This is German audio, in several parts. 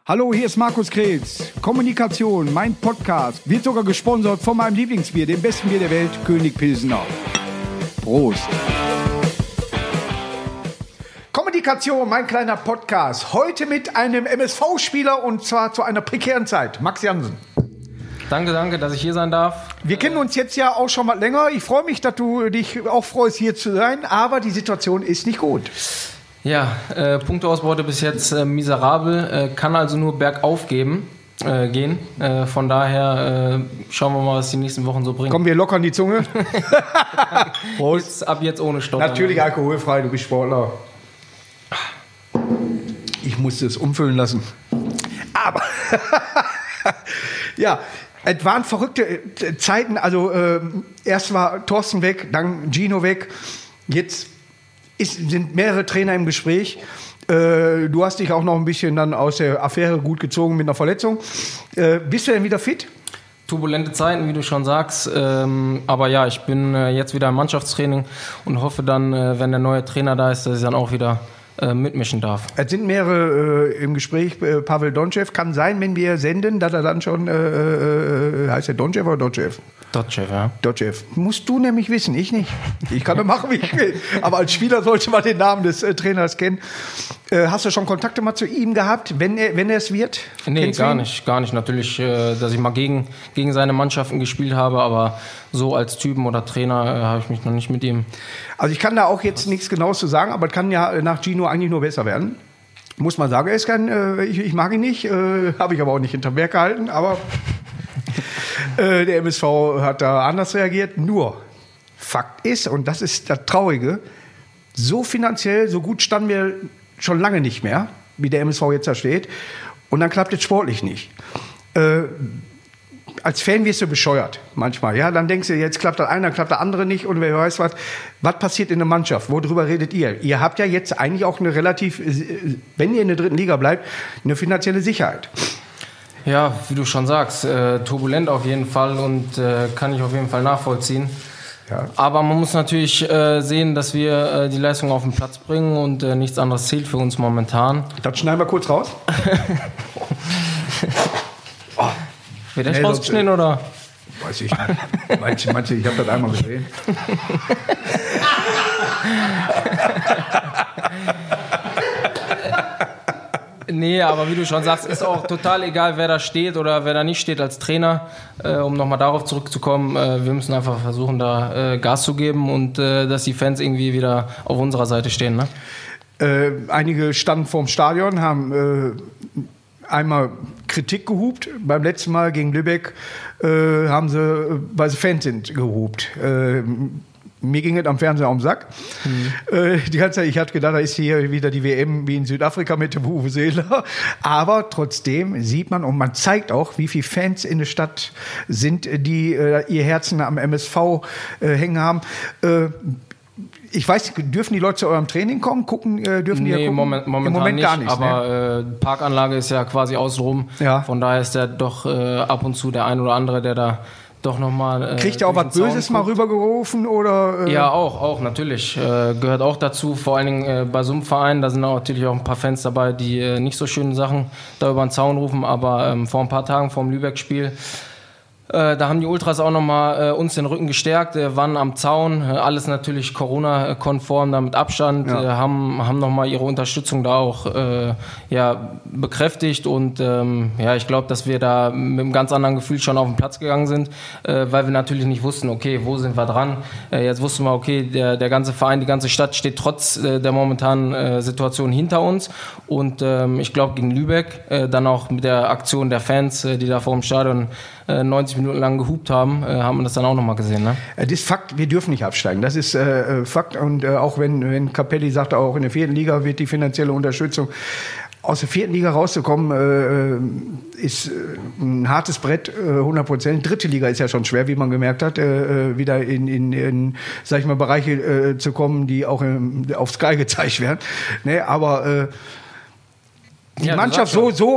Hallo, hier ist Markus Krebs. Kommunikation, mein Podcast, wird sogar gesponsert von meinem Lieblingsbier, dem besten Bier der Welt, König Pilsener. Prost. Kommunikation, mein kleiner Podcast. Heute mit einem MSV-Spieler und zwar zu einer prekären Zeit. Max Jansen. Danke, dass ich hier sein darf. Wir kennen uns jetzt ja auch schon mal länger. Ich freue mich, dass du dich auch freust, hier zu sein. Aber die Situation ist nicht gut. Ja, Punkteausbeute bis jetzt miserabel. Kann also nur bergauf gehen. Von daher schauen wir mal, was die nächsten Wochen so bringen. Kommen wir locker an die Zunge. Prost. Ab jetzt ohne Stottern. Natürlich alkoholfrei, du bist Sportler. Ich musste es umfüllen lassen. Aber ja, es waren verrückte Zeiten. Also erst war Thorsten weg, dann Gino weg. Jetzt sind mehrere Trainer im Gespräch. Du hast dich auch noch ein bisschen dann aus der Affäre gut gezogen mit einer Verletzung. Bist du denn wieder fit? Turbulente Zeiten, wie du schon sagst. Aber ja, ich bin jetzt wieder im Mannschaftstraining und hoffe dann, wenn der neue Trainer da ist, dass ich dann auch wieder mitmischen darf. Es sind mehrere im Gespräch. Pavel Donchev, kann sein, wenn wir senden, dass er dann schon, heißt er Donchev oder Donchev? Donchev, ja. Donchev. Musst du nämlich wissen, ich nicht. Ich kann doch machen, wie ich will. Aber als Spieler sollte man den Namen des Trainers kennen. Hast du schon Kontakte mal zu ihm gehabt, wenn er es wird? Nee, gar nicht. Natürlich, dass ich mal gegen seine Mannschaften gespielt habe, aber so als Typen oder Trainer habe ich mich noch nicht mit ihm. Also ich kann da auch jetzt nichts Genaues zu sagen, aber es kann ja nach Gino eigentlich nur besser werden. Muss man sagen, er ist ich mag ihn nicht, habe ich aber auch nicht hinterm Berg gehalten, aber der MSV hat da anders reagiert. Nur, Fakt ist, und das ist das Traurige, so finanziell, so gut standen wir schon lange nicht mehr, wie der MSV jetzt da steht. Und dann klappt es sportlich nicht. Als Fan wirst du bescheuert manchmal. Ja? Dann denkst du, jetzt klappt das eine, dann klappt das andere nicht. Und wer weiß was. Was passiert in der Mannschaft? Worüber redet ihr? Ihr habt ja jetzt eigentlich auch eine relativ, wenn ihr in der dritten Liga bleibt, eine finanzielle Sicherheit. Ja, wie du schon sagst, turbulent auf jeden Fall und kann ich auf jeden Fall nachvollziehen. Ja. Aber man muss natürlich sehen, dass wir die Leistung auf den Platz bringen und nichts anderes zählt für uns momentan. Das schneiden wir kurz raus. Oh. Wird das rausgeschnitten oder? Weiß ich nicht. Meinst du, ich habe das einmal gesehen? Nee, aber wie du schon sagst, ist auch total egal, wer da steht oder wer da nicht steht als Trainer. Um nochmal darauf zurückzukommen, wir müssen einfach versuchen, da Gas zu geben und dass die Fans irgendwie wieder auf unserer Seite stehen. Ne? Einige standen vorm Stadion, haben einmal Kritik gehupt. Beim letzten Mal gegen Lübeck haben sie, weil sie Fans sind, gehupt. Mir ging es am Fernseher um den Sack. Die ganze Zeit, ich hatte gedacht, da ist hier wieder die WM wie in Südafrika mit dem Vuvuzela. Aber trotzdem sieht man und man zeigt auch, wie viele Fans in der Stadt sind, die ihr Herzen am MSV hängen haben. Ich weiß, dürfen die Leute zu eurem Training kommen? Dürfen die gucken? Momentan im Moment nicht, gar nicht. Aber Parkanlage ist ja quasi außenrum. Ja. Von daher ist ja doch ab und zu der ein oder andere, der da doch nochmal. Kriegt ihr auch was Böses mal rübergerufen? Oder, Ja, auch, natürlich. Gehört auch dazu. Vor allen Dingen bei so einem Verein, da sind auch natürlich auch ein paar Fans dabei, die nicht so schöne Sachen da über den Zaun rufen. Aber vor ein paar Tagen, vor dem Lübeck-Spiel, da haben die Ultras auch nochmal uns den Rücken gestärkt, waren am Zaun, alles natürlich Corona-konform, da mit Abstand, ja. Haben nochmal ihre Unterstützung da auch bekräftigt und ich glaube, dass wir da mit einem ganz anderen Gefühl schon auf den Platz gegangen sind, weil wir natürlich nicht wussten, okay, wo sind wir dran? Jetzt wussten wir, okay, der ganze Verein, die ganze Stadt steht trotz der momentanen Situation hinter uns und ich glaube, gegen Lübeck, dann auch mit der Aktion der Fans, die da vor dem Stadion 90 Minuten lang gehupt haben, haben wir das dann auch nochmal gesehen. Ne? Das ist Fakt, wir dürfen nicht absteigen. Das ist Fakt. Und auch wenn Capelli sagt, auch in der 4. Liga wird die finanzielle Unterstützung. Aus der 4. Liga rauszukommen, ist ein hartes Brett, 100%. 3. Liga ist ja schon schwer, wie man gemerkt hat, wieder in sag ich mal, Bereiche zu kommen, die auch auf Sky gezeigt werden. Ne? Aber die Mannschaft so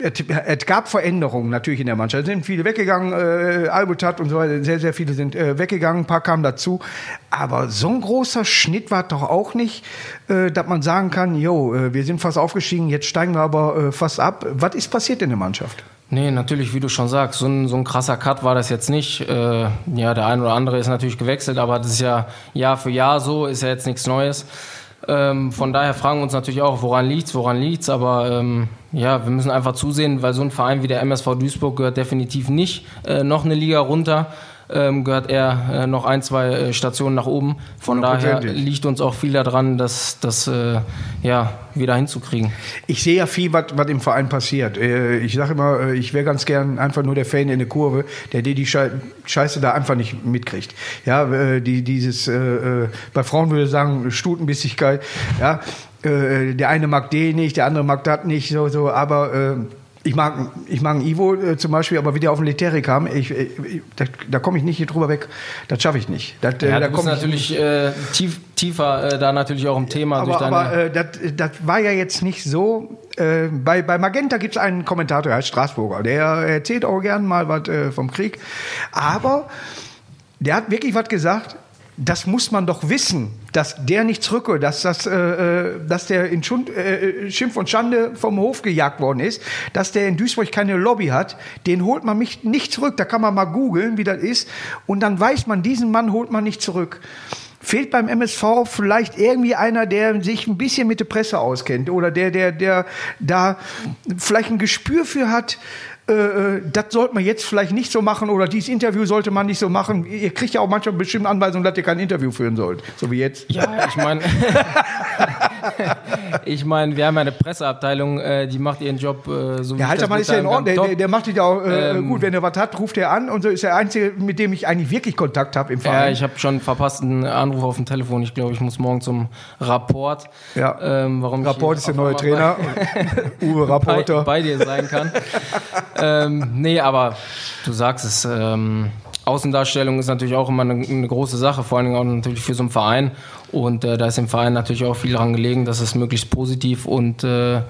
es gab Veränderungen natürlich in der Mannschaft. Es sind viele weggegangen, Albutat und so weiter, sehr, sehr viele sind weggegangen, ein paar kamen dazu. Aber so ein großer Schnitt war doch auch nicht, dass man sagen kann, wir sind fast aufgestiegen, jetzt steigen wir aber fast ab. Was ist passiert in der Mannschaft? Nee, natürlich, wie du schon sagst, so ein krasser Cut war das jetzt nicht. Der ein oder andere ist natürlich gewechselt, aber das ist ja Jahr für Jahr so, ist ja jetzt nichts Neues. Von daher fragen wir uns natürlich auch, woran liegt's, aber wir müssen einfach zusehen, weil so ein Verein wie der MSV Duisburg gehört definitiv nicht noch eine Liga runter, gehört eher noch 1, 2 Stationen nach oben. Von daher liegt uns auch viel daran, das wieder hinzukriegen. Ich sehe ja viel, was im Verein passiert. Ich sage immer, ich wäre ganz gern einfach nur der Fan in der Kurve, der die Scheiße da einfach nicht mitkriegt. Ja, bei Frauen würde ich sagen, Stutenbissigkeit. Ja, der eine mag den nicht, der andere mag das nicht, so, aber ich mag Ivo zum Beispiel, aber wie der auf den Leteri kam, da komme ich nicht hier drüber weg. Das schaffe ich nicht. Da bist natürlich tiefer da natürlich auch im Thema. Aber das war ja jetzt nicht so. Bei Magenta gibt es einen Kommentator, der heißt Straßburger. Der erzählt auch gern mal was vom Krieg. Aber der hat wirklich was gesagt. Das muss man doch wissen, dass der nicht zurückkommt, dass der in Schimpf und Schande vom Hof gejagt worden ist, dass der in Duisburg keine Lobby hat, den holt man mich nicht zurück. Da kann man mal googeln, wie das ist. Und dann weiß man, diesen Mann holt man nicht zurück. Fehlt beim MSV vielleicht irgendwie einer, der sich ein bisschen mit der Presse auskennt oder der da vielleicht ein Gespür für hat, das sollte man jetzt vielleicht nicht so machen oder dieses Interview sollte man nicht so machen. Ihr kriegt ja auch manchmal bestimmt Anweisungen, dass ihr kein Interview führen sollt, so wie jetzt. Ja, ich meine, wir haben ja eine Presseabteilung, die macht ihren Job so wie der Haltermann ist ja in Ordnung, der macht dich ja auch gut. Wenn er was hat, ruft er an und so ist der Einzige, mit dem ich eigentlich wirklich Kontakt habe im Verein. Ja, ich habe schon verpasst einen Anruf auf dem Telefon. Ich glaube, ich muss morgen zum Rapport. Ja. Rapport ist der neue Trainer. Uwe Rapporter. Bei dir sein kann. Nee, aber du sagst es, Außendarstellung ist natürlich auch immer eine große Sache, vor allen Dingen auch natürlich für so einen Verein. Und da ist im Verein natürlich auch viel daran gelegen, dass es möglichst positiv und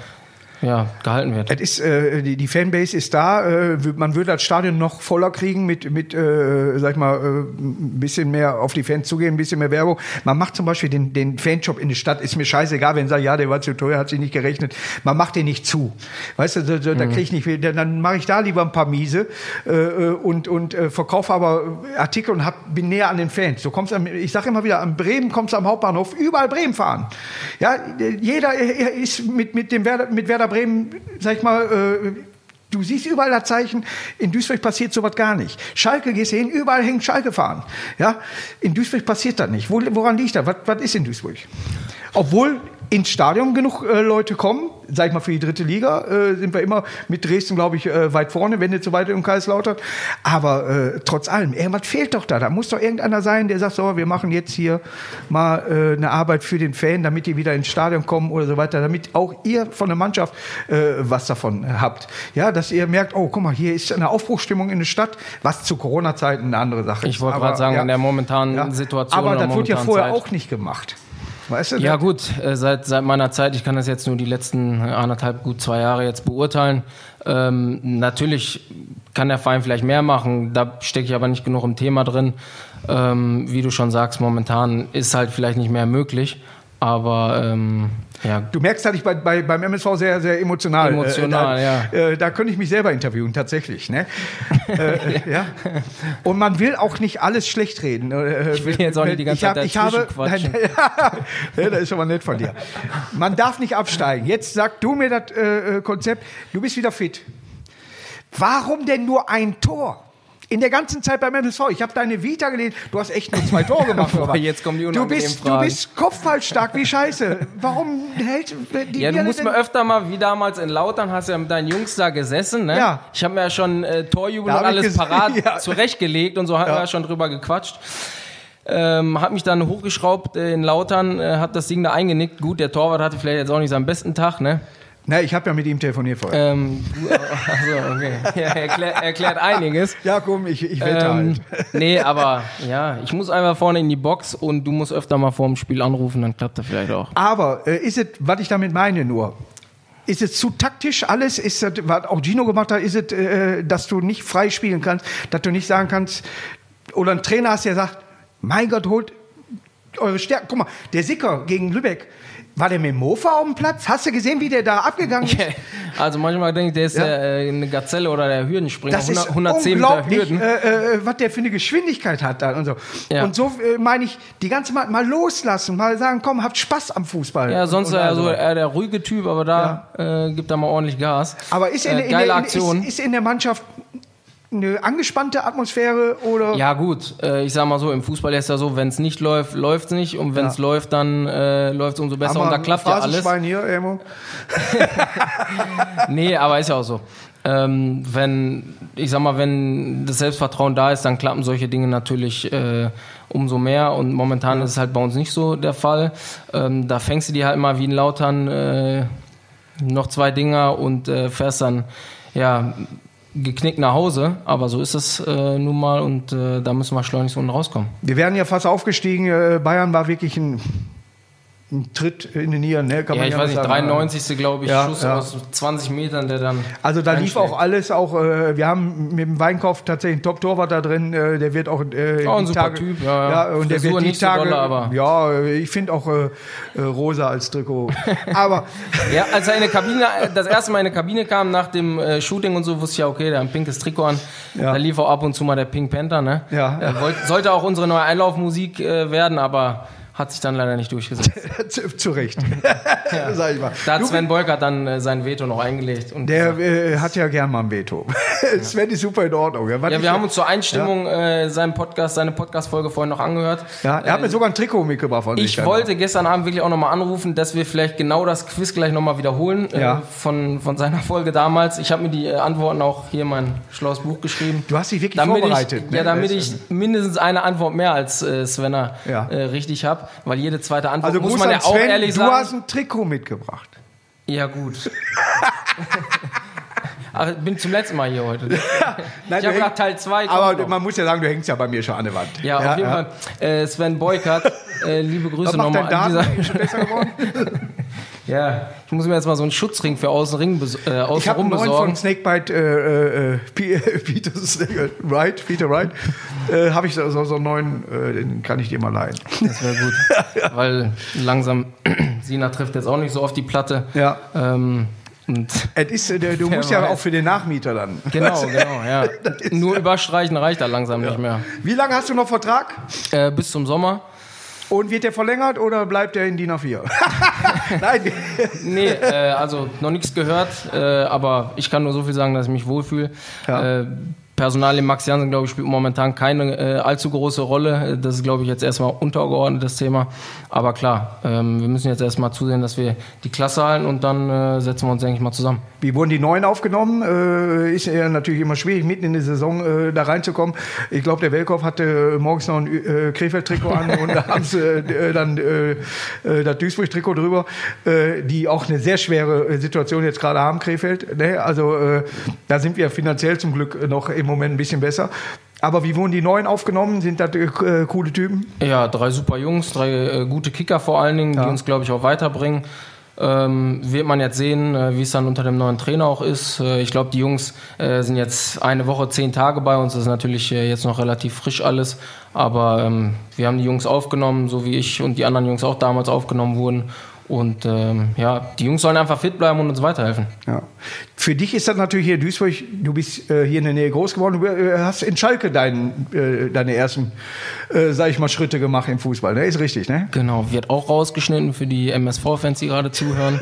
gehalten wird. Es ist, die Fanbase ist da. Man würde das Stadion noch voller kriegen mit sag ich mal, ein bisschen mehr auf die Fans zugehen, ein bisschen mehr Werbung. Man macht zum Beispiel den Fanshop in der Stadt. Ist mir scheißegal, wenn sie sagen, ja, der war zu teuer, hat sich nicht gerechnet. Man macht den nicht zu. Weißt du, da kriege ich nicht viel. Dann mache ich da lieber ein paar Miese und verkaufe aber Artikel und bin näher an den Fans. Du kommst ich sage immer wieder, an Bremen kommst du am Hauptbahnhof, überall Bremen fahren. Ja, jeder ist mit Werder Bremen, sag ich mal, du siehst überall das Zeichen, in Duisburg passiert sowas gar nicht. Schalke, gehst du hin, überall hängt Schalke fahren. Ja? In Duisburg passiert das nicht. Woran liegt das? Was ist in Duisburg? Obwohl ins Stadion genug Leute kommen, sag ich mal, für die 3. Liga sind wir immer mit Dresden, glaube ich, weit vorne, wenn nicht so weit im Kaiserslautern. Aber trotz allem, irgendwas fehlt doch da. Da muss doch irgendeiner sein, der sagt, so, wir machen jetzt hier mal eine Arbeit für den Fan, damit die wieder ins Stadion kommen oder so weiter, damit auch ihr von der Mannschaft was davon habt. Ja, dass ihr merkt, oh, guck mal, hier ist eine Aufbruchsstimmung in der Stadt, was zu Corona-Zeiten eine andere Sache ist. Ich wollte gerade sagen, in der momentanen Situation. Aber das wurde ja vorher auch nicht gemacht. Weißt du, ja gut, seit meiner Zeit, ich kann das jetzt nur die letzten 2 Jahre jetzt beurteilen. Natürlich kann der Verein vielleicht mehr machen, da stecke ich aber nicht genug im Thema drin. Wie du schon sagst, momentan ist halt vielleicht nicht mehr möglich, aber ja. Du merkst halt, ich beim MSV sehr, sehr emotional. Ja. Da könnte ich mich selber interviewen, tatsächlich. Ne? Ja. Und man will auch nicht alles schlecht reden. Ich will jetzt auch nicht die ganze Zeit dazwischen quatschen. Ja, das ist schon mal nett von dir. Man darf nicht absteigen. Jetzt sag du mir das Konzept, du bist wieder fit. Warum denn nur ein Tor? In der ganzen Zeit beim MSV. Ich habe deine Vita gelesen. Du hast echt nur 2 Tore gemacht. Aber jetzt kommen die unangenehmen Fragen. Du bist kopfballstark wie Scheiße. Warum hält die... Ja, du musst mir öfter mal, wie damals in Lautern, hast du ja mit deinen Jungs da gesessen. Ne? Ja. Ich habe mir ja schon Torjubel und alles parat zurechtgelegt und so haben wir ja schon drüber gequatscht. Hat mich dann hochgeschraubt in Lautern, hat das Ding da eingenickt. Gut, der Torwart hatte vielleicht jetzt auch nicht seinen besten Tag, ne? Nein, ich habe ja mit ihm telefoniert vorher. Also, okay. Ja, erklärt einiges. Ja, komm, ich wette halt. Nee, aber ja, ich muss einmal vorne in die Box und du musst öfter mal vor dem Spiel anrufen, dann klappt das vielleicht auch. Aber ist es, was ich damit meine nur, Ist es zu taktisch alles? Ist das, was auch Gino gemacht hat, ist es, dass du nicht frei spielen kannst, dass du nicht sagen kannst, oder ein Trainer hast, der sagt, mein Gott, holt eure Stärken. Guck mal, der Sicker gegen Lübeck, war der mit dem Mofa auf dem Platz? Hast du gesehen, wie der da abgegangen ist? Also manchmal denke ich, der ist eine Gazelle oder der Hürdenspringer. Das ist 110 Meter Hürden. Was der für eine Geschwindigkeit hat da und so. Ja. Und so meine ich, die ganze mal loslassen, mal sagen, komm, habt Spaß am Fußball. Ja, sonst und also eher der ruhige Typ, aber da gibt er mal ordentlich Gas. Aber ist geile Aktion. Ist in der Mannschaft eine angespannte Atmosphäre oder? Ja gut, ich sag mal so, im Fußball ist ja so, wenn es nicht läuft, läuft es nicht und wenn es läuft, dann läuft es umso besser und da klappt ja alles. Hier, Emo? Nee, aber ist ja auch so. Wenn das Selbstvertrauen da ist, dann klappen solche Dinge natürlich umso mehr und momentan ist es halt bei uns nicht so der Fall. Da fängst du die halt mal wie ein Lautern noch 2 Dinger und fährst dann, geknickt nach Hause, aber so ist es nun mal und da müssen wir schleunigst unten rauskommen. Wir wären ja fast aufgestiegen. Bayern war wirklich ein Tritt in den Nieren, ne? Kann man ich weiß nicht, sagen. 93. glaube ich, Schuss aus 20 Metern, der dann... Also da lief auch alles, wir haben mit dem Weinkauf tatsächlich einen Top-Torwart da drin, der wird auch ein super Tage, Typ, und der wird die nicht Tage, so dolle, aber ich finde auch rosa als Trikot, aber... Ja, als er das erste Mal in die Kabine kam, nach dem Shooting und so, wusste ich ja, okay, der hat ein pinkes Trikot an, da lief auch ab und zu mal der Pink Panther, ne? Sollte auch unsere neue Einlaufmusik werden, aber... Hat sich dann leider nicht durchgesetzt. Zu Recht. Sag ich mal. Da hat Sven Beukert dann sein Veto noch eingelegt. Und der hat ja gern mal ein Veto. Sven ist super in Ordnung. Wir haben uns zur Einstimmung seine Podcast-Folge vorhin noch angehört. Ja, er hat mir sogar ein Trikot mitgebracht von sich. Ich wollte gestern Abend wirklich auch nochmal anrufen, dass wir vielleicht genau das Quiz gleich nochmal wiederholen von seiner Folge damals. Ich habe mir die Antworten auch hier in mein schlaues Buch geschrieben. Du hast dich wirklich vorbereitet. Damit ich mindestens eine Antwort mehr als Svenner richtig habe. Weil jede zweite Antwort, also muss man ja auch Sven, ehrlich sagen... Du hast ein Trikot mitgebracht. Ja, gut. Ach, ich bin zum letzten Mal hier heute. Nein, ich habe gedacht, Teil 2 kommt aber noch. Man muss ja sagen, du hängst ja bei mir schon an der Wand. Ja, auf jeden Fall. Sven Beukert, liebe Grüße nochmal an dieser... besser geworden? Ja, ich muss mir jetzt mal so einen Schutzring für außenrum besorgen. Ich habe einen neuen von Snakebite, Peter Wright. Habe ich so einen neuen, den kann ich dir mal leihen. Das wäre gut, weil langsam, Sina trifft jetzt auch nicht so auf die Platte. Ja. Und du musst ja auch für den Nachmieter dann. Genau, ja. Nur überstreichen reicht da langsam nicht mehr. Wie lange hast du noch Vertrag? Bis zum Sommer. Und wird der verlängert oder bleibt der in DIN A4? Nein. Nee, also noch nichts gehört, aber ich kann nur so viel sagen, dass ich mich wohlfühle. Ja. Personal im Max Jansen, glaube ich, spielt momentan keine allzu große Rolle. Das ist, glaube ich, jetzt erstmal untergeordnetes Thema. Aber klar, wir müssen jetzt erstmal zusehen, dass wir die Klasse halten und dann setzen wir uns, denke ich, mal zusammen. Wie wurden die Neuen aufgenommen? Ist ja natürlich immer schwierig, mitten in der Saison da reinzukommen. Ich glaube, der Welkow hatte morgens noch ein Krefeld-Trikot an und da haben sie dann das Duisburg-Trikot drüber, die auch eine sehr schwere Situation jetzt gerade haben, Krefeld. Ne? Also da sind wir finanziell zum Glück noch im Moment ein bisschen besser. Aber wie wurden die Neuen aufgenommen? Sind das coole Typen? Ja, 3 super Jungs, 3 gute Kicker vor allen Dingen, die uns, glaube ich, auch weiterbringen. Wird man jetzt sehen, wie es dann unter dem neuen Trainer auch ist. Ich glaube, die Jungs sind jetzt eine Woche, 10 Tage bei uns. Das ist natürlich jetzt noch relativ frisch alles. Aber wir haben die Jungs aufgenommen, so wie ich und die anderen Jungs auch damals aufgenommen wurden. Und die Jungs sollen einfach fit bleiben und uns weiterhelfen. Ja. Für dich ist das natürlich hier Duisburg, du bist hier in der Nähe groß geworden, du hast in Schalke deine ersten, sag ich mal, Schritte gemacht im Fußball, ne? Ist richtig, ne? Genau, wird auch rausgeschnitten für die MSV-Fans, die gerade zuhören.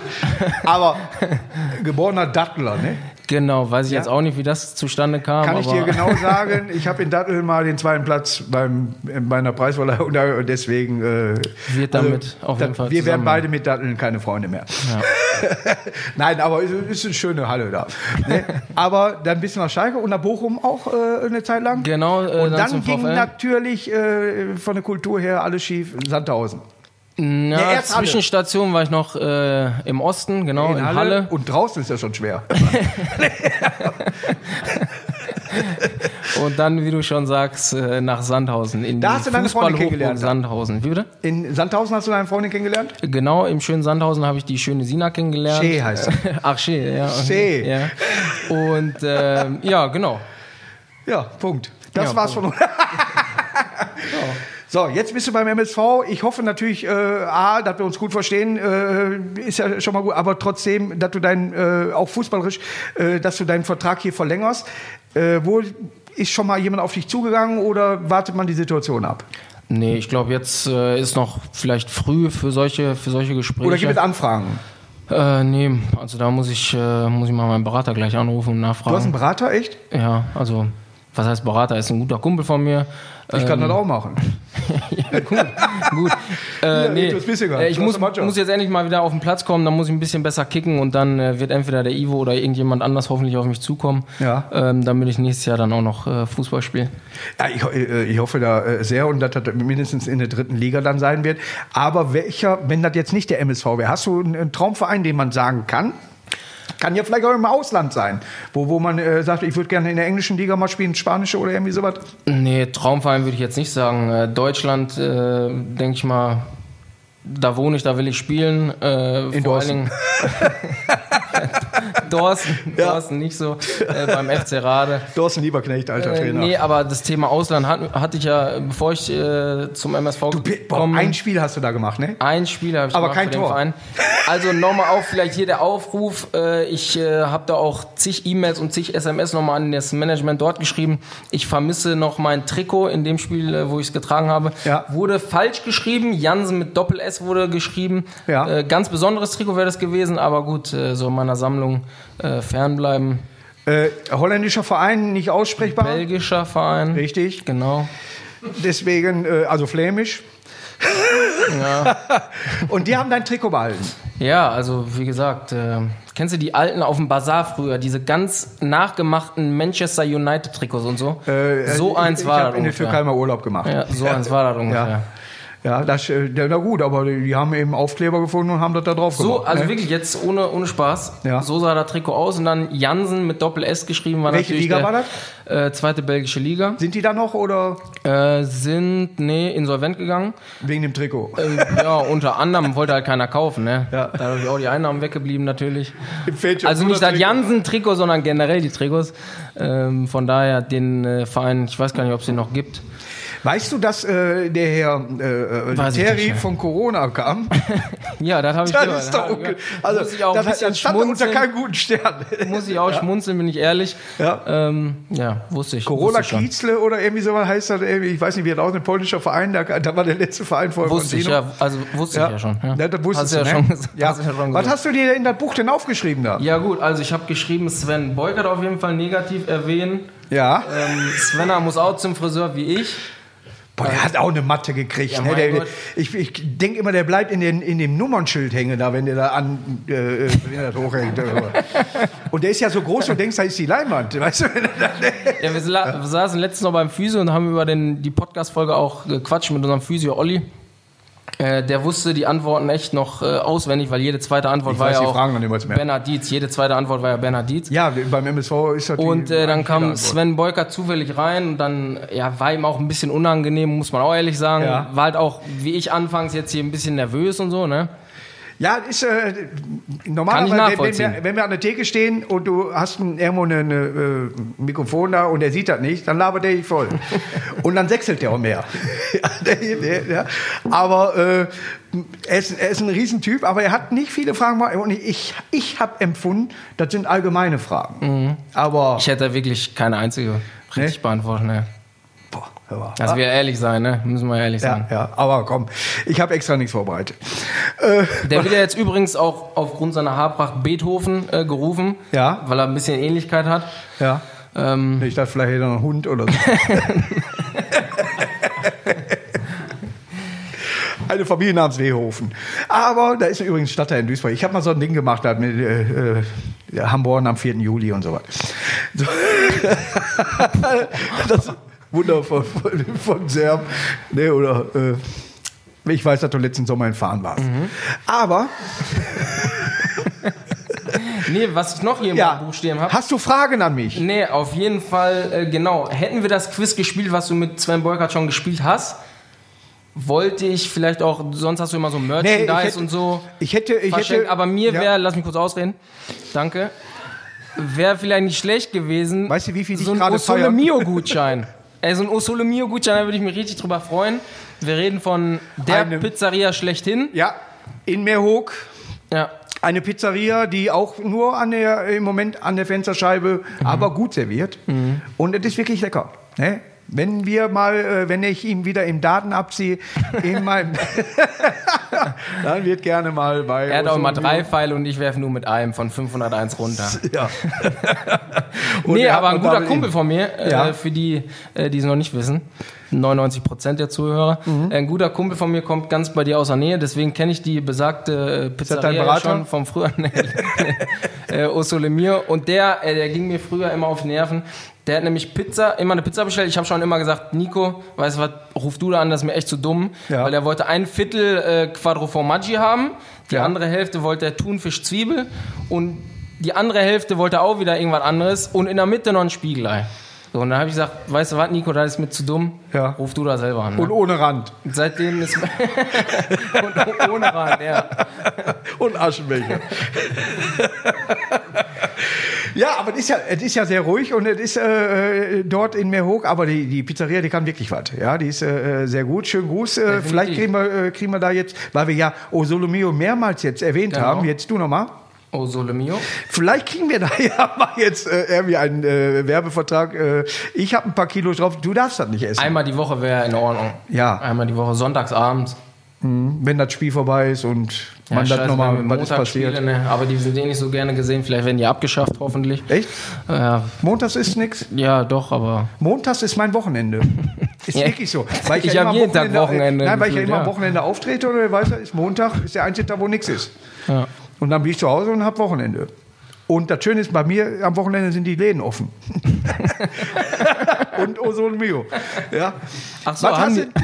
Aber geborener Dattler, ne? Genau, weiß ich jetzt auch nicht, wie das zustande kam. Kann ich dir genau sagen, ich habe in Datteln mal den 2. Platz bei einer Preisverleihung und deswegen... wird damit auf jeden Fall wir werden beide mit Datteln keine Freunde mehr. Ja. Nein, aber es ist eine schöne Halle da. Ne? Aber dann bist du nach Schalke und nach Bochum auch eine Zeit lang. Genau. Und dann ging natürlich von der Kultur her alles schief in Sandhausen. Ja, Zwischenstation war ich noch im Osten, genau, in Halle. Und draußen ist ja schon schwer. Und dann, wie du schon sagst, nach Sandhausen. In Da hast du deine Freundin kennengelernt. Sandhausen. Wie bitte? In Sandhausen hast du deine Freundin kennengelernt? Genau, im schönen Sandhausen habe ich die schöne Sina kennengelernt. Schee heißt sie. Ach, Schee, ja. Schee. Ja. Und ja, genau. Ja, Punkt. Das Ja, war's Punkt. von uns. So, jetzt bist du beim MSV. Ich hoffe natürlich, dass wir uns gut verstehen, ist ja schon mal gut, aber trotzdem, dass du auch fußballerisch, dass du deinen Vertrag hier verlängerst. Wo ist schon mal jemand auf dich zugegangen oder wartet man die Situation ab? Nee, ich glaube, jetzt ist noch vielleicht früh für solche Gespräche. Oder gibt es Anfragen? Nee, also da muss ich mal meinen Berater gleich anrufen und nachfragen. Du hast einen Berater, echt? Ja, also, was heißt Berater? Ist ein guter Kumpel von mir. Ich kann das auch machen. Ja, gut. Nee, ich muss jetzt endlich mal wieder auf den Platz kommen, dann muss ich ein bisschen besser kicken und dann wird entweder der Ivo oder irgendjemand anders hoffentlich auf mich zukommen, damit ich nächstes Jahr dann auch noch Fußball spiele. Ja, ich hoffe da sehr und dass das mindestens in der 3. Liga dann sein wird. Aber wenn das jetzt nicht der MSV wäre, hast du einen Traumverein, den man sagen kann? Kann ja vielleicht auch im Ausland sein, wo man sagt, ich würde gerne in der englischen Liga mal spielen, spanische oder irgendwie sowas. Nee, Traumverein würde ich jetzt nicht sagen. Deutschland, denke ich mal, da wohne ich, da will ich spielen. In vor allen Dingen Dorsten nicht so, beim FC Rade. Dorsten Lieberknecht, alter Trainer. Nee, aber das Thema Ausland hatte ich ja, bevor ich zum MSV komme. Ein Spiel hast du da gemacht, ne? Ein Spiel habe ich aber gemacht kein für den Tor. Verein. Also nochmal auch vielleicht hier der Aufruf. Ich habe da auch zig E-Mails und zig SMS nochmal an das Management dort geschrieben. Ich vermisse noch mein Trikot in dem Spiel, wo ich es getragen habe. Ja. Wurde falsch geschrieben. Jansen mit Doppel-S wurde geschrieben. Ja. Ganz besonderes Trikot wäre das gewesen, aber gut, so in meiner Sammlung fernbleiben. Holländischer Verein, nicht aussprechbar. Belgischer Verein. Richtig. Genau. Deswegen, also flämisch. Ja. Und die haben dein Trikot behalten. Ja, also wie gesagt, kennst du die alten auf dem Bazar früher, diese ganz nachgemachten Manchester United Trikots und so? So eins war das. Ich habe in der Türkei mal Urlaub gemacht. Ja, so eins war das ungefähr. Ja, na gut, aber die haben eben Aufkleber gefunden und haben das da drauf gemacht. So, also wirklich jetzt ohne Spaß. Ja. So sah das Trikot aus und dann Jansen mit Doppel-S geschrieben. Welche Liga war das? Zweite belgische Liga. Sind die da noch oder? Sind insolvent gegangen. Wegen dem Trikot? Ja, unter anderem wollte halt keiner kaufen. Ne? Ja. Dadurch auch die Einnahmen weggeblieben natürlich. Fällt schon Also nicht das Trikot. Jansen-Trikot, sondern generell die Trikots. Von daher den Verein, ich weiß gar nicht, ob es den noch gibt. Weißt du, dass der Herr Terry nicht, von Corona kam? Ja, das habe ich Das gehört. ist doch also, muss ich auch ein bisschen stand unter schmunzeln. keinem guten Stern. Muss ich auch schmunzeln, bin ich ehrlich. Ja. Wusste ich. Corona wusste ich schon. Kiezle oder irgendwie sowas heißt das irgendwie, ich weiß nicht, wie das auch ein polnischer Verein, da war der letzte Verein vorher. Wusste ich, ja. Also wusste ich ja schon. Ja. Ja, das wusstest Hast du du, ja ne? schon gesagt. Ja. Hast du ja schon Was gesagt. hast du dir in das Buch denn aufgeschrieben da? Ja gut, also ich habe geschrieben, Sven Beukert auf jeden Fall negativ erwähnen. Ja. Svenner muss auch zum Friseur wie ich. Boah, der hat auch eine Matte gekriegt. Ja, Ne? mein Gott. Ich denke immer, der bleibt in dem Nummernschild hängen, da, wenn der da wenn er das hochhängt. Und der ist ja so groß, du denkst, da ist die Leinwand. Weißt du? Ja, wir saßen letztens noch beim Physio und haben über die Podcast-Folge auch gequatscht mit unserem Physio Olli. Der wusste die Antworten echt noch auswendig, weil jede zweite Antwort war ja auch Bernhard Dietz. Jede zweite Antwort war ja Bernhard Dietz. Ja, beim MSV ist das Und dann kam Sven Beukert zufällig rein und dann war ihm auch ein bisschen unangenehm, muss man auch ehrlich sagen. Ja. War halt auch, wie ich anfangs, jetzt hier ein bisschen nervös und so, ne? Ja, ist normalerweise, nachvollziehen. wenn wir an der Theke stehen und du hast irgendwo ein Mikrofon da und er sieht das nicht, dann labert der dich voll. Und dann sechselt der auch mehr. Ja. Aber er ist ein Riesentyp, aber er hat nicht viele Fragen. Und ich habe empfunden, das sind allgemeine Fragen. Mhm. Aber Ich hätte wirklich keine einzige richtig beantwortet, ne? boah, hör mal. Also wir ehrlich sein, ne? Müssen wir ehrlich sein. Ja, aber komm, ich habe extra nichts vorbereitet. Der wird ja jetzt übrigens auch aufgrund seiner Haarpracht Beethoven gerufen, Ja. weil er ein bisschen Ähnlichkeit hat. Ja. Ich dachte, vielleicht hätte er noch einen Hund oder so. Eine Familie namens Wehofen. Aber da ist übrigens Stadtteil in Duisburg. Ich habe mal so ein Ding gemacht da mit Hamborn am 4. Juli und so was. So. Das Wunder von Serb. Ne, oder ich weiß, dass du letzten Sommer in Fahren warst. Aber Nee, was ich noch hier im Buch stehen habe. Hast du Fragen an mich? Nee, auf jeden Fall, genau. Hätten wir das Quiz gespielt, was du mit Sven Beukert schon gespielt hast, wollte ich vielleicht auch, sonst hast du immer so Merchandise und so. Ich hätte, aber mir wäre, lass mich kurz ausreden, danke, wäre vielleicht nicht schlecht gewesen, weißt du, wie viel so ein Osole Mio-Gutschein. So ein Osole Mio-Gutschein, da würde ich mich richtig drüber freuen. Wir reden von der Pizzeria schlechthin. Ja, in Meerhoek. Ja. Eine Pizzeria, die auch nur im Moment an der Fensterscheibe, aber gut serviert. Und es ist wirklich lecker. Ne? Wenn ich ihn wieder im Daten abziehe, dann wird gerne mal bei... Er hat auch immer 3 Pfeile und ich werfe nur mit einem von 501 runter. Ja. Nee, aber ein guter Kumpel von mir, für die es noch nicht wissen, 99% der Zuhörer, ein guter Kumpel von mir kommt ganz bei dir aus der Nähe, deswegen kenne ich die besagte Pizzeria schon vom früheren Osole Mio. Und der ging mir früher immer auf die Nerven. Der hat nämlich immer eine Pizza bestellt. Ich habe schon immer gesagt, Nico, weißt du was, ruf du da an, das ist mir echt zu dumm. Ja. Weil er wollte 1/4 Quattro Formaggi haben, die andere Hälfte wollte er Thunfisch Zwiebel und die andere Hälfte wollte er auch wieder irgendwas anderes und in der Mitte noch ein Spiegelei. So, und dann habe ich gesagt, weißt du was, Nico, das ist mir zu dumm, ruf du da selber an. Ne? Und ohne Rand. Und seitdem ist... und ohne Rand, ja. Und Aschenbecher. Ja, aber es ist ja sehr ruhig und es ist dort in Meerhoek, aber die Pizzeria, die kann wirklich was. Ja, die ist sehr gut. Schönen Gruß. Vielleicht kriegen wir da jetzt, weil wir ja Osole Mio mehrmals jetzt erwähnt haben, jetzt du nochmal. Osole Mio. Vielleicht kriegen wir da ja mal jetzt irgendwie einen Werbevertrag. Ich habe ein paar Kilo drauf, du darfst das nicht essen. Einmal die Woche wäre in Ordnung. Ja. Einmal die Woche, sonntagsabends. Wenn das Spiel vorbei ist und man das nochmal, was ist passiert. Ne? Aber die sind nicht so gerne gesehen. Vielleicht werden die abgeschafft, hoffentlich. Echt? Montags ist nix? Ja, doch, aber... Montags ist mein Wochenende. Ist wirklich so. Weil ich habe jeden Tag Wochenende. Nein, weil ich ja immer am Wochenende auftrete oder weißt du, ist Montag, ist der einzige Tag, wo nichts ist. Ja. Und dann bin ich zu Hause und habe Wochenende. Und das Schöne ist, bei mir am Wochenende sind die Läden offen. Und Osole Mio. Ja. Ach so,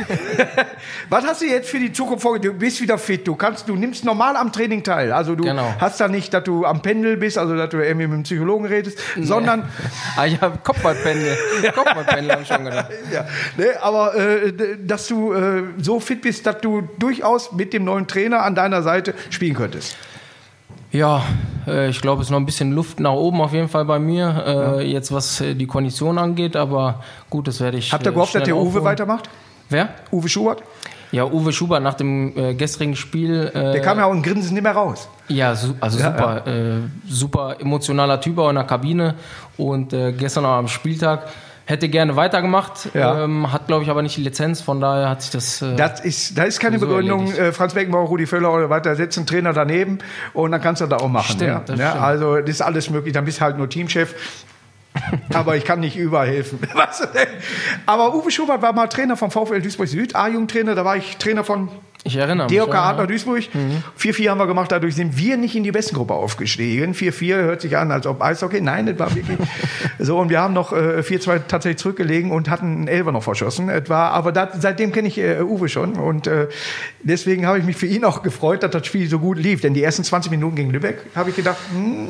was hast du jetzt für die Zukunft vorgestellt? Du bist wieder fit, du nimmst normal am Training teil. Also du hast da nicht, dass du am Pendel bist, also dass du irgendwie mit dem Psychologen redest, sondern... Ich habe Kopfballpendel. Kopfballpendel habe ich schon gedacht. Ja. Nee, aber dass du so fit bist, dass du durchaus mit dem neuen Trainer an deiner Seite spielen könntest. Ja, ich glaube, es ist noch ein bisschen Luft nach oben auf jeden Fall bei mir, jetzt was die Kondition angeht, aber gut, das werde ich. Habt ihr gehofft, dass der Uwe weitermacht? Wer? Uwe Schubert? Ja, Uwe Schubert nach dem gestrigen Spiel. Der kam ja auch in Grinsen nicht mehr raus. Ja, super. Super emotionaler Typ auch in der Kabine und gestern auch am Spieltag. Hätte gerne weitergemacht, hat, glaube ich, aber nicht die Lizenz, von daher hat sich das... Das ist keine Begründung. Franz Beckenbauer, Rudi Völler oder weiter, setzen einen Trainer daneben und dann kannst du das auch machen. Stimmt, stimmt. Also das ist alles möglich, dann bist du halt nur Teamchef. Aber ich kann nicht überall helfen. Aber Uwe Schubert war mal Trainer vom VfL Duisburg Süd, A-Jugendtrainer, da war ich Trainer von... Ich erinnere mich. DOK Adler Duisburg. 4-4 haben wir gemacht, dadurch sind wir nicht in die Bestengruppe aufgestiegen. 4-4 hört sich an, als ob Eishockey. Nein, das war wirklich so. Und wir haben noch 4-2 tatsächlich zurückgelegen und hatten einen Elfer noch verschossen. Aber seitdem kenne ich Uwe schon. Und deswegen habe ich mich für ihn auch gefreut, dass das Spiel so gut lief. Denn die ersten 20 Minuten gegen Lübeck habe ich gedacht,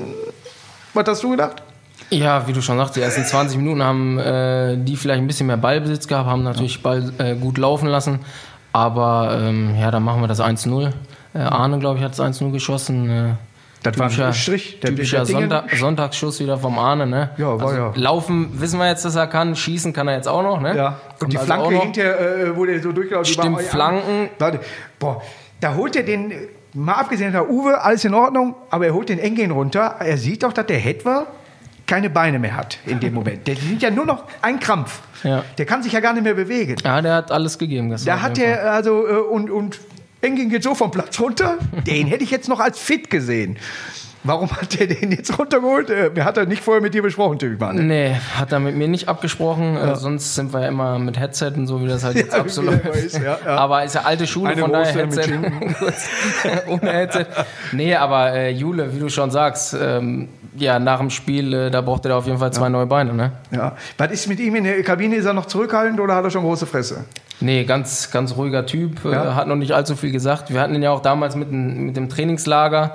was hast du gedacht? Ja, wie du schon sagst, die ersten 20 Minuten haben die vielleicht ein bisschen mehr Ballbesitz gehabt, haben natürlich Ball gut laufen lassen. Aber dann machen wir das 1-0. Arne, glaube ich, hat das 1-0 geschossen. Das war ein Strich. Typischer Sonntagsschuss wieder vom Arne. Ne? Ja, war ja. Laufen wissen wir jetzt, dass er kann. Schießen kann er jetzt auch noch. Ne? Ja. Und die Flanke hinterher, wo der so durchgelaufen ist. Stimmt, Flanken. Boah, da holt er den, mal abgesehen von Uwe, alles in Ordnung, aber er holt den Engin runter. Er sieht doch, dass der Hetwer keine Beine mehr hat in dem Moment. Der sind ja nur noch ein Krampf. Ja. Der kann sich ja gar nicht mehr bewegen. Ja, der hat alles gegeben. Da hat er und Engin geht so vom Platz runter. Den hätte ich jetzt noch als fit gesehen. Warum hat der den jetzt runtergeholt? Hat er nicht vorher mit dir besprochen, Tübmann? Nee, hat er mit mir nicht abgesprochen. Sonst sind wir ja immer mit Headset und so, wie das halt jetzt absolut ist. Ja. Aber ist ja alte Schule, eine von daher Headset. Ohne Headset. Nee, aber Jule, wie du schon sagst, nach dem Spiel, da braucht er auf jeden Fall 2 neue Beine. Ne? Ja. Was ist mit ihm in der Kabine? Ist er noch zurückhaltend oder hat er schon große Fresse? Nee, ganz, ganz ruhiger Typ. Hat noch nicht allzu viel gesagt. Wir hatten ihn ja auch damals mit dem Trainingslager.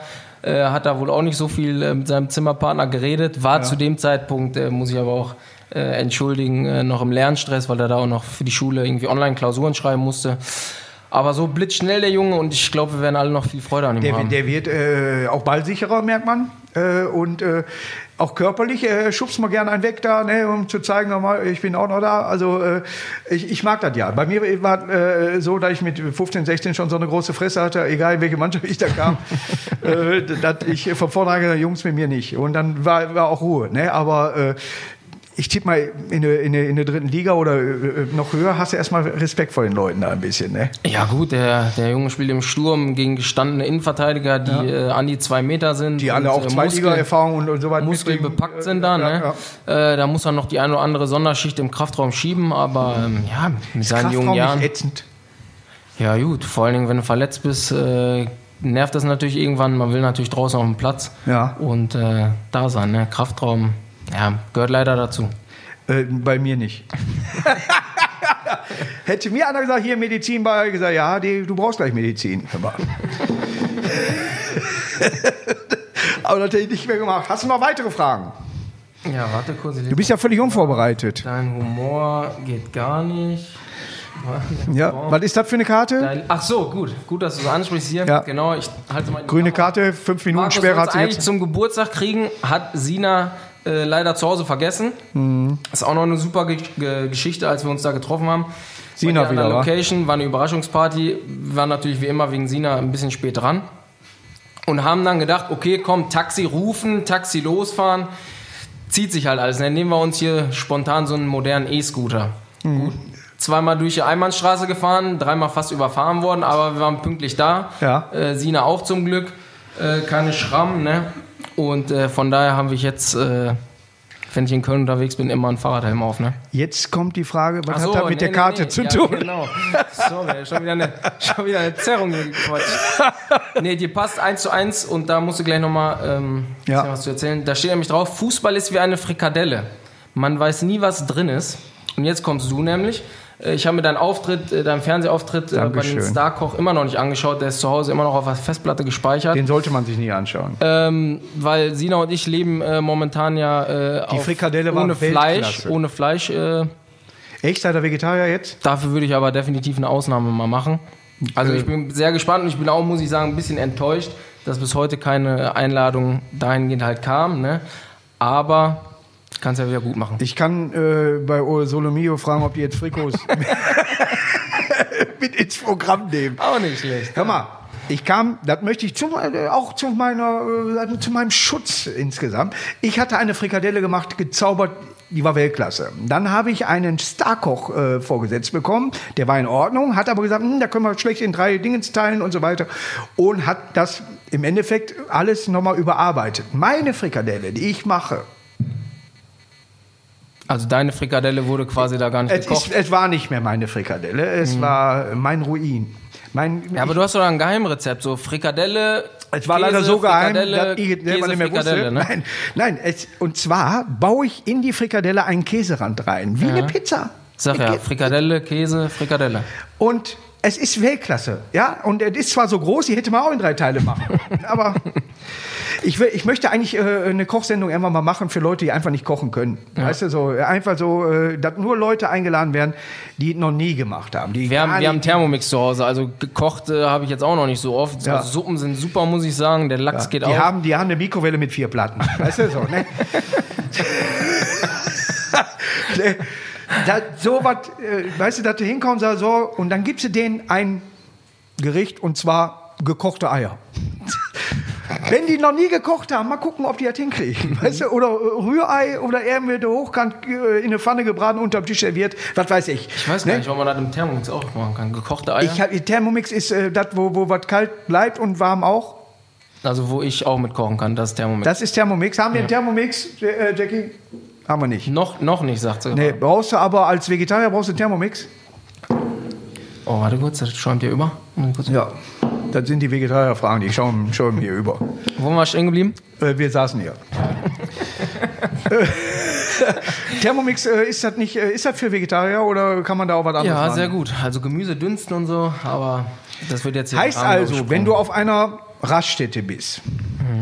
hat da wohl auch nicht so viel mit seinem Zimmerpartner geredet, war zu dem Zeitpunkt, muss ich aber auch entschuldigen, noch im Lernstress, weil er da auch noch für die Schule irgendwie Online-Klausuren schreiben musste. Aber so blitzschnell der Junge und ich glaube, wir werden alle noch viel Freude an ihm haben. Der wird auch ballsicherer, merkt man. Und auch körperlich schubst man gerne einen weg da, ne, um zu zeigen, nochmal, ich bin auch noch da. Also ich mag das ja. Bei mir war so, dass ich mit 15, 16 schon so eine große Fresse hatte, egal in welche Mannschaft ich da kam, dass ich von vornherein gesagt, Jungs mit mir nicht. Und dann war auch Ruhe. Ne? Aber ich tippe mal, in der dritten Liga oder noch höher hast du erstmal Respekt vor den Leuten da ein bisschen, ne? Ja gut, der Junge spielt im Sturm gegen gestandene Innenverteidiger, die an die 2 Meter sind. Die alle auch Zweitliga-Erfahrung und so weiter muskelbepackt sind da, ne? Da muss er noch die eine oder andere Sonderschicht im Kraftraum schieben, aber mit seinen jungen Jahren... Nicht ätzend. Ja gut, vor allen Dingen, wenn du verletzt bist, nervt das natürlich irgendwann. Man will natürlich draußen auf dem Platz und da sein, ne? Kraftraum... Ja, gehört leider dazu. Bei mir nicht. Hätte mir einer gesagt, hier Medizin, bei gesagt, ja, du brauchst gleich Medizin. Aber das hätte ich nicht mehr gemacht. Hast du noch weitere Fragen? Ja, warte kurz. Du bist ja völlig unvorbereitet. Dein Humor geht gar nicht. Ja, was ist das für eine Karte? Ach so, gut, dass du es ansprichst hier. Ja. Genau, ich halte mal grüne Karte, 5 Minuten Markus schwerer hat sie eigentlich jetzt. Zum Geburtstag kriegen, hat Sina leider zu Hause vergessen. Mhm. Ist auch noch eine super Geschichte, als wir uns da getroffen haben. Sina wieder, Location, war eine Überraschungsparty. Wir waren natürlich wie immer wegen Sina ein bisschen spät dran. Und haben dann gedacht, okay, komm, Taxi rufen, Taxi losfahren. Zieht sich halt alles. Dann nehmen wir uns hier spontan so einen modernen E-Scooter. Mhm. Gut. 2-mal durch die Einbahnstraße gefahren, 3-mal fast überfahren worden, aber wir waren pünktlich da. Ja. Sina auch zum Glück. Keine Schrammen, ne? Und von daher haben wir jetzt, wenn ich in Köln unterwegs bin, immer einen Fahrradhelm auf, ne? Jetzt kommt die Frage, was hat das mit der Karte zu tun? Genau. Sorry, schon wieder eine Zerrung hier gequatscht. Nee, die passt 1:1 und da musst du gleich nochmal was zu erzählen. Da steht nämlich drauf, Fußball ist wie eine Frikadelle. Man weiß nie, was drin ist. Und jetzt kommst du nämlich. Ich habe mir deinen Fernsehauftritt bei den Starkoch immer noch nicht angeschaut. Der ist zu Hause immer noch auf der Festplatte gespeichert. Den sollte man sich nie anschauen. Weil Sina und ich leben momentan ja die Frikadelle ohne Fleisch. Ohne Fleisch. Echt? Seid ihr Vegetarier jetzt? Dafür würde ich aber definitiv eine Ausnahme mal machen. Also ich bin sehr gespannt und ich bin auch, muss ich sagen, ein bisschen enttäuscht, dass bis heute keine Einladung dahingehend halt kam. Ne? Aber... Kannst ja wieder gut machen. Ich kann bei Solomio fragen, ob die jetzt Frikos mit ins Programm nehmen. Auch nicht schlecht. Hör mal, das möchte ich auch zu meinem Schutz insgesamt. Ich hatte eine Frikadelle gemacht, gezaubert, die war Weltklasse. Dann habe ich einen Starkoch vorgesetzt bekommen, der war in Ordnung, hat aber gesagt, da können wir schlecht in 3 Dingens teilen und so weiter. Und hat das im Endeffekt alles nochmal überarbeitet. Meine Frikadelle, die ich mache, also deine Frikadelle wurde quasi da gar nicht gekocht? Es war nicht mehr meine Frikadelle, es war mein Ruin. Aber du hast doch ein Geheimrezept, so Frikadelle, es war leider so geheim, dass ich es selber nicht mehr wusste. Ne? Nein, und zwar baue ich in die Frikadelle einen Käserand rein, wie eine Pizza. Sag ja, Frikadelle, Käse, Frikadelle. Und es ist Weltklasse, ja. Und es ist zwar so groß, die hätte man auch in 3 Teile machen. Aber ich möchte eigentlich eine Kochsendung irgendwann mal machen für Leute, die einfach nicht kochen können. Ja. Weißt du, so einfach so, dass nur Leute eingeladen werden, die noch nie gemacht haben. Wir haben Thermomix zu Hause, also gekocht habe ich jetzt auch noch nicht so oft. Ja. Also Suppen sind super, muss ich sagen. Der Lachs geht auch. Die haben eine Mikrowelle mit 4 Platten. Weißt du, so, ne? Weißt du, dass du hinkommst so, und dann gibst du denen ein Gericht und zwar gekochte Eier. Wenn die noch nie gekocht haben, mal gucken, ob die das hinkriegen. Weißt du? Oder Rührei oder irgendwie hochkant in eine Pfanne gebraten, unterm Tisch serviert, was weiß ich. Ich weiß gar nicht, ob man das im Thermomix auch machen kann. Gekochte Eier? Thermomix ist das, wo was kalt bleibt und warm auch. Also wo ich auch mit kochen kann, das ist Thermomix. Das ist Thermomix. Haben wir einen Thermomix, Jackie? Haben wir nicht. Noch nicht, sagt sie. Nee, brauchst du aber als Vegetarier einen Thermomix? Oh, warte kurz, das schäumt hier über. Ja, das sind die Vegetarier-Fragen, die schäumen hier über. Wo waren wir stehen geblieben? Wir saßen hier. Thermomix, ist das für Vegetarier oder kann man da auch was anderes machen? Ja, sehr gut. Also Gemüse dünsten und so, aber das wird jetzt hier heißt also, wenn du auf einer Raststätte bist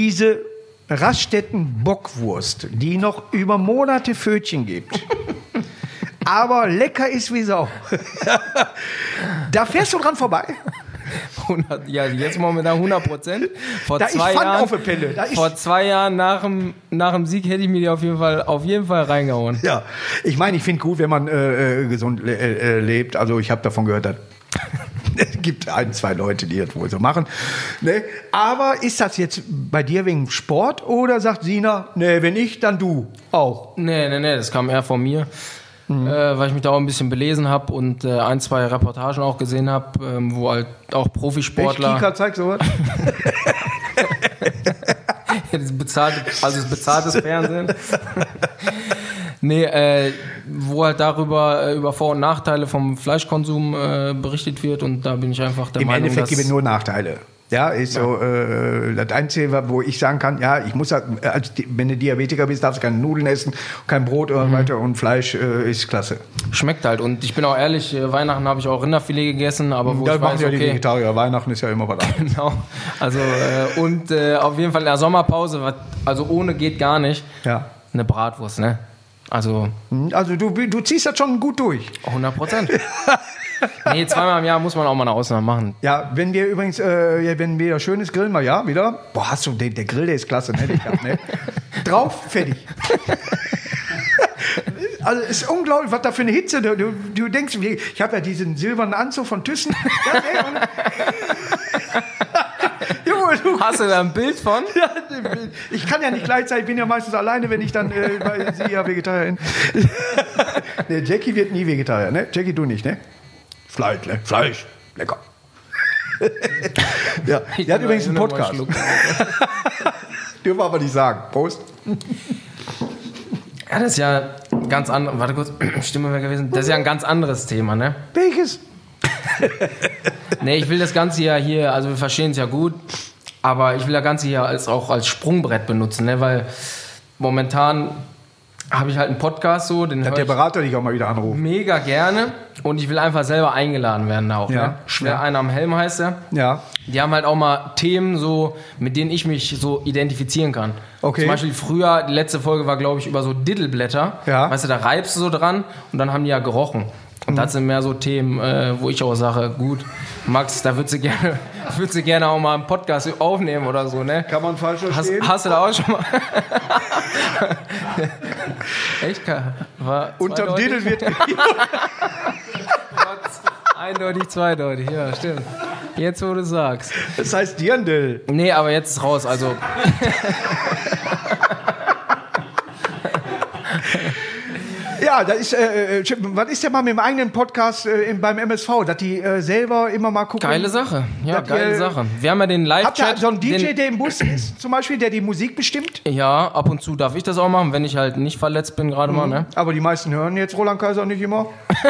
diese Raststätten-Bockwurst, die noch über Monate Pfötchen gibt, aber lecker ist wie Sau. Da fährst du dran vorbei. 100, ja, jetzt momentan 100%. Vor Da ist zwei Pfand Jahren, auf der Pelle. Da ist vor 2 Jahren nach dem Sieg hätte ich mir die auf jeden Fall reingehauen. Ja, ich meine, ich finde gut, wenn man gesund lebt. Also ich habe davon gehört, dass es gibt 1, 2 Leute, die das wohl so machen. Ne? Aber ist das jetzt bei dir wegen Sport oder sagt Sina, nee, wenn ich, dann du auch? Nee, das kam eher von mir. Weil ich mich da auch ein bisschen belesen habe und 1, 2 Reportagen auch gesehen habe, wo halt auch Profisportler... Kika zeigt sowas? das bezahltes Fernsehen. Nee, wo halt darüber über Vor- und Nachteile vom Fleischkonsum berichtet wird und da bin ich einfach der Im Meinung, Endeffekt gibt es nur Nachteile. Ja, ist so das Einzige, wo ich sagen kann, ja, ich muss, wenn du Diabetiker bist, darfst du keine Nudeln essen, kein Brot und weiter und Fleisch ist klasse. Schmeckt halt und ich bin auch ehrlich, Weihnachten habe ich auch Rinderfilet gegessen, aber wo Da ich machen weiß, ja die okay, Vegetarier, Weihnachten ist ja immer was anderes. genau, also und auf jeden Fall in der Sommerpause, also ohne geht gar nicht, Ja. eine Bratwurst, ne? Also du ziehst das schon gut durch. 100%. Nee, 2-mal im Jahr muss man auch mal eine Ausnahme machen. Ja, wenn wir übrigens, wenn wir schönes Grillen mal, ja, wieder. Boah, hast du, der Grill, der ist klasse, ne? Ne? Drauf, fertig. Also, es ist unglaublich, was da für eine Hitze. Du denkst, ich habe ja diesen silbernen Anzug von Thyssen. Junge, Hast du da ein Bild von? Ja, ich kann ja nicht gleichzeitig, ich bin ja meistens alleine, wenn ich dann, weil sie ja Vegetarierin. Ne, Jackie wird nie Vegetarier, ne? Jackie, du nicht, ne? Fleisch, ne? Fleisch, lecker. Ja, die hat übrigens einen Podcast. Dürfen wir aber nicht sagen. Prost. Ja, das ist ja ganz anderes. Warte kurz, Stimme wäre gewesen. Das ist ja ein ganz anderes Thema, ne? Welches? Nee, ich will das Ganze ja hier, also wir verstehen es ja gut, aber ich will das Ganze hier auch als Sprungbrett benutzen, ne? Weil momentan habe ich halt einen Podcast so, den Hat der Berater dich auch mal wieder anrufen? mega gerne und ich will einfach selber eingeladen werden da auch. Ja. Ne? Schwer einer am Helm heißt er. Ja. Die haben halt auch mal Themen so, mit denen ich mich so identifizieren kann. Okay. Zum Beispiel früher, die letzte Folge war glaube ich über so Diddelblätter. Ja. Weißt du, da reibst du so dran und dann haben die ja gerochen. Und das sind mehr so Themen, wo ich auch sage, gut, Max, da würdest du gerne auch mal einen Podcast aufnehmen oder so, ne? Kann man falsch verstehen? Hast du da auch schon mal? Echt? War Unterm zweideutig? Diddel wird... Eindeutig, zweideutig, ja, stimmt. Jetzt, wo du sagst. Das heißt Dirndl. Nee, aber jetzt ist raus, also... Ja, das ist, was ist denn mal mit dem eigenen Podcast beim MSV, dass die selber immer mal gucken? Geile Sache, ja, dass geile ihr- Sache. Wir haben ja den Habt ihr Live-Chat... so einen DJ, der im Bus ist, zum Beispiel, der die Musik bestimmt? Ja, ab und zu darf ich das auch machen, wenn ich halt nicht verletzt bin gerade mal, ne? Aber die meisten hören jetzt Roland Kaiser nicht immer.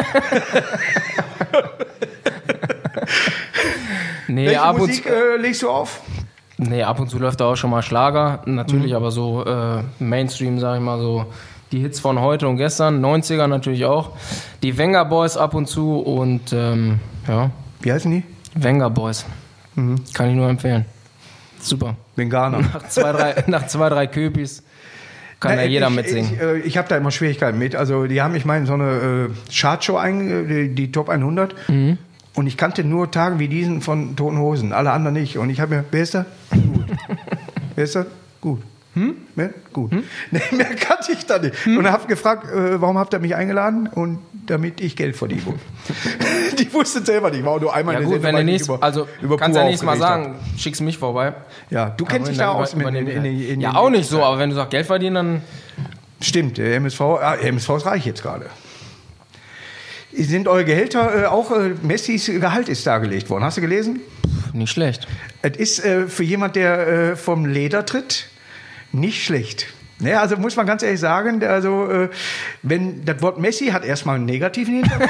Nee, Welche ab und Musik zu... legst du auf? Nee, ab und zu läuft da auch schon mal Schlager, natürlich, aber so Mainstream, sag ich mal, so die Hits von heute und gestern, 90er natürlich auch. Die Wenger Boys ab und zu und ja, Wie heißen die? Wenger Boys. Kann ich nur empfehlen. Super. Veganer. Nach zwei, drei Köpis kann ja jeder mitsingen. Ich habe da immer Schwierigkeiten mit. Also die haben, ich meine, so eine Chartshow, die Top 100. Und ich kannte nur Tage wie diesen von Toten Hosen, alle anderen nicht. Und ich habe mir, wer ist da? Gut. Wer ist da? Gut. Mehr? Gut. Nee, mehr kannte ich da nicht. Und habe gefragt, warum habt ihr mich eingeladen? Und damit ich Geld verdiene. Die wussten selber nicht. War nur einmal Ja eine gut, Sendung, wenn weil du ich nächstes, über- also über kannst Pur ja nächstes Mal aufgeregt sagen, schick's mich vorbei. hab. Ja, du kennst dich da aus mit Ja, auch nicht so, aber wenn du sagst Geld verdienen, dann... Stimmt, der MSV ist reich jetzt gerade. Sind eure Gehälter auch, Messis Gehalt ist dargelegt worden. Hast du gelesen? Nicht schlecht. Es ist für jemand, der vom Leder tritt, nicht schlecht. Ne, also muss man ganz ehrlich sagen, also wenn das Wort Messi hat erstmal einen negativen Hintergrund.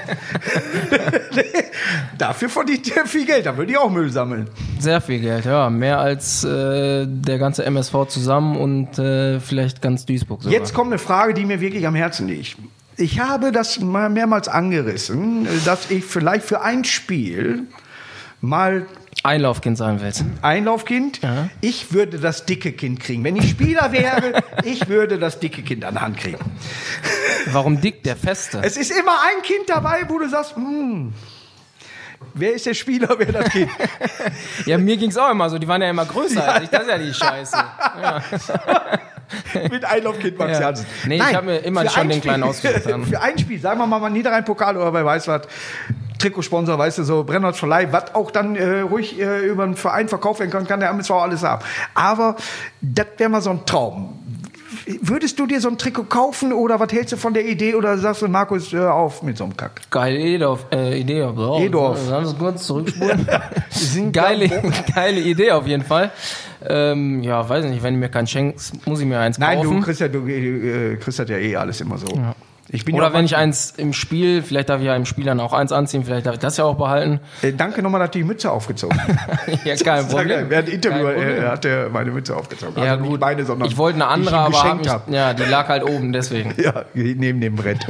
Dafür verdient er viel Geld, da würde ich auch Müll sammeln. Sehr viel Geld, ja. Mehr als der ganze MSV zusammen und vielleicht ganz Duisburg sogar. Jetzt kommt eine Frage, die mir wirklich am Herzen liegt. Ich habe das mal mehrmals angerissen, dass ich vielleicht für ein Spiel mal Einlaufkind sein willst. Einlaufkind. Ja. Ich würde das dicke Kind kriegen. Wenn ich Spieler wäre, ich würde das dicke Kind an der Hand kriegen. Warum dick? Der Feste. Es ist immer ein Kind dabei, wo du sagst, wer ist der Spieler, wer das Kind? Ja, mir ging es auch immer so. Die waren ja immer größer als ich. Das ist ja die Scheiße. Ja. Mit Einlaufkind Max Jansen. Nee, Nein, ich habe mir immer schon den kleinen ausgesucht. Für ein Spiel, sagen wir mal Niederrhein-Pokal oder wer weiß was, Trikotsponsor, weißt du, so Brennholz Verleih, was auch dann ruhig über einen Verein verkauft werden kann der MSV alles haben. Aber das wäre mal so ein Traum. Würdest du dir so ein Trikot kaufen oder was hältst du von der Idee oder sagst du, Markus, hör auf mit so einem Kack? Geile Idee. Edorf. Ganz kurz zurückspulen. Geile Idee auf jeden Fall. Ja, weiß nicht, wenn du mir keins schenkst, muss ich mir eins kaufen. Nein, du kriegst das ja eh alles immer so. Ja. Oder wenn ich eins im Spiel, vielleicht darf ich ja im Spiel dann auch eins anziehen, vielleicht darf ich das ja auch behalten. Danke nochmal, dass du die Mütze aufgezogen hast. Ja, kein Problem. Während Interview hat er meine Mütze aufgezogen. Ja, also gut. Nicht meine, sondern ich wollte eine andere, aber ja, die lag halt oben, deswegen. Ja, neben dem Brett.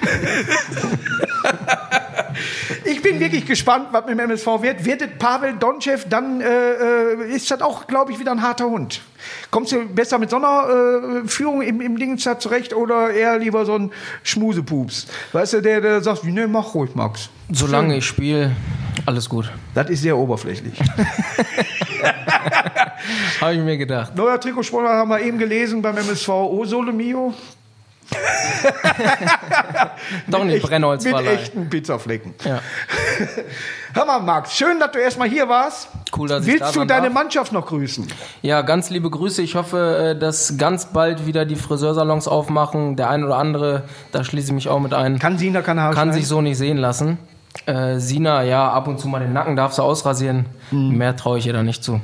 Ich bin wirklich gespannt, was mit dem MSV wird. Wird es Pavel Donchev, dann ist das auch, glaube ich, wieder ein harter Hund. Kommst du besser mit so einer Führung im Dingenstab zurecht oder eher lieber so ein Schmusepups? Weißt du, der sagt, nee, mach ruhig, Max. Solange ich spiele, alles gut. Das ist sehr oberflächlich. Habe ich mir gedacht. Neuer Trikotsponsor haben wir eben gelesen beim MSV. O Sole Mio. Doch nicht Brennholzverleih. Mit echten Pizzaflecken. Ja. Hör mal, Max, schön, dass du erstmal hier warst. Cool, dass ich da Willst du deine Mannschaft noch grüßen? Ja, ganz liebe Grüße. Ich hoffe, dass ganz bald wieder die Friseursalons aufmachen. Der ein oder andere, da schließe ich mich auch mit ein. Kann Sina keine Haare Kann schneiden? sich so nicht sehen lassen. Sina, ja, ab und zu mal den Nacken darf sie ausrasieren. Mehr traue ich ihr da nicht zu.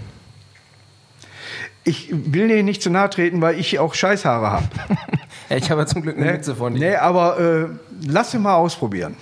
Ich will dir nicht zu nahe treten, weil ich auch Scheißhaare habe. Ja, ich habe ja zum Glück eine Mütze von dir. Nee, aber lass ihn mal ausprobieren.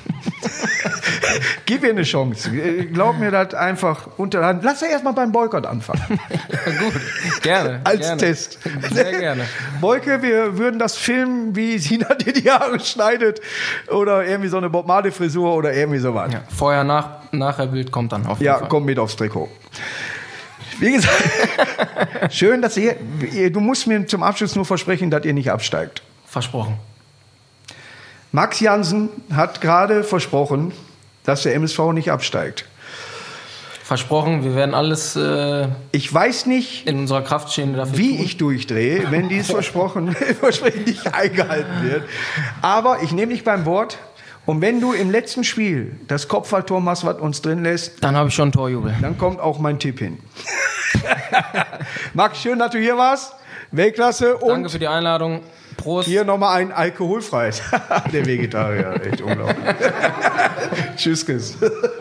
Gib ihr eine Chance. Glaub mir das einfach unterhand. Lass ja erstmal beim Boykott anfangen. Ja, gut, gerne. Als gerne. Test. Sehr gerne. Boyke, wir würden das filmen, wie Sina dir die Haare schneidet oder irgendwie so eine Bob Marley Frisur oder irgendwie sowas. Ja, vorher, nachher Bild kommt dann auf jeden Fall. Ja, komm mit aufs Trikot. Wie gesagt, schön, dass du musst mir zum Abschluss nur versprechen, dass ihr nicht absteigt. Versprochen. Max Jansen hat gerade versprochen, dass der MSV nicht absteigt. Versprochen, wir werden alles ich weiß nicht, in unserer Kraft Stehende dafür wie tun. ich durchdrehe, wenn dieses Versprechen nicht eingehalten wird. Aber ich nehme dich beim Wort. Und wenn du im letzten Spiel das Kopfballtor machst, was uns drin lässt, dann habe ich schon einen Torjubel. Dann kommt auch mein Tipp hin. Max, schön, dass du hier warst. Weltklasse. Und danke für die Einladung. Prost. Hier nochmal ein alkoholfreies. Der Vegetarier, echt unglaublich. Tschüss, Kiss.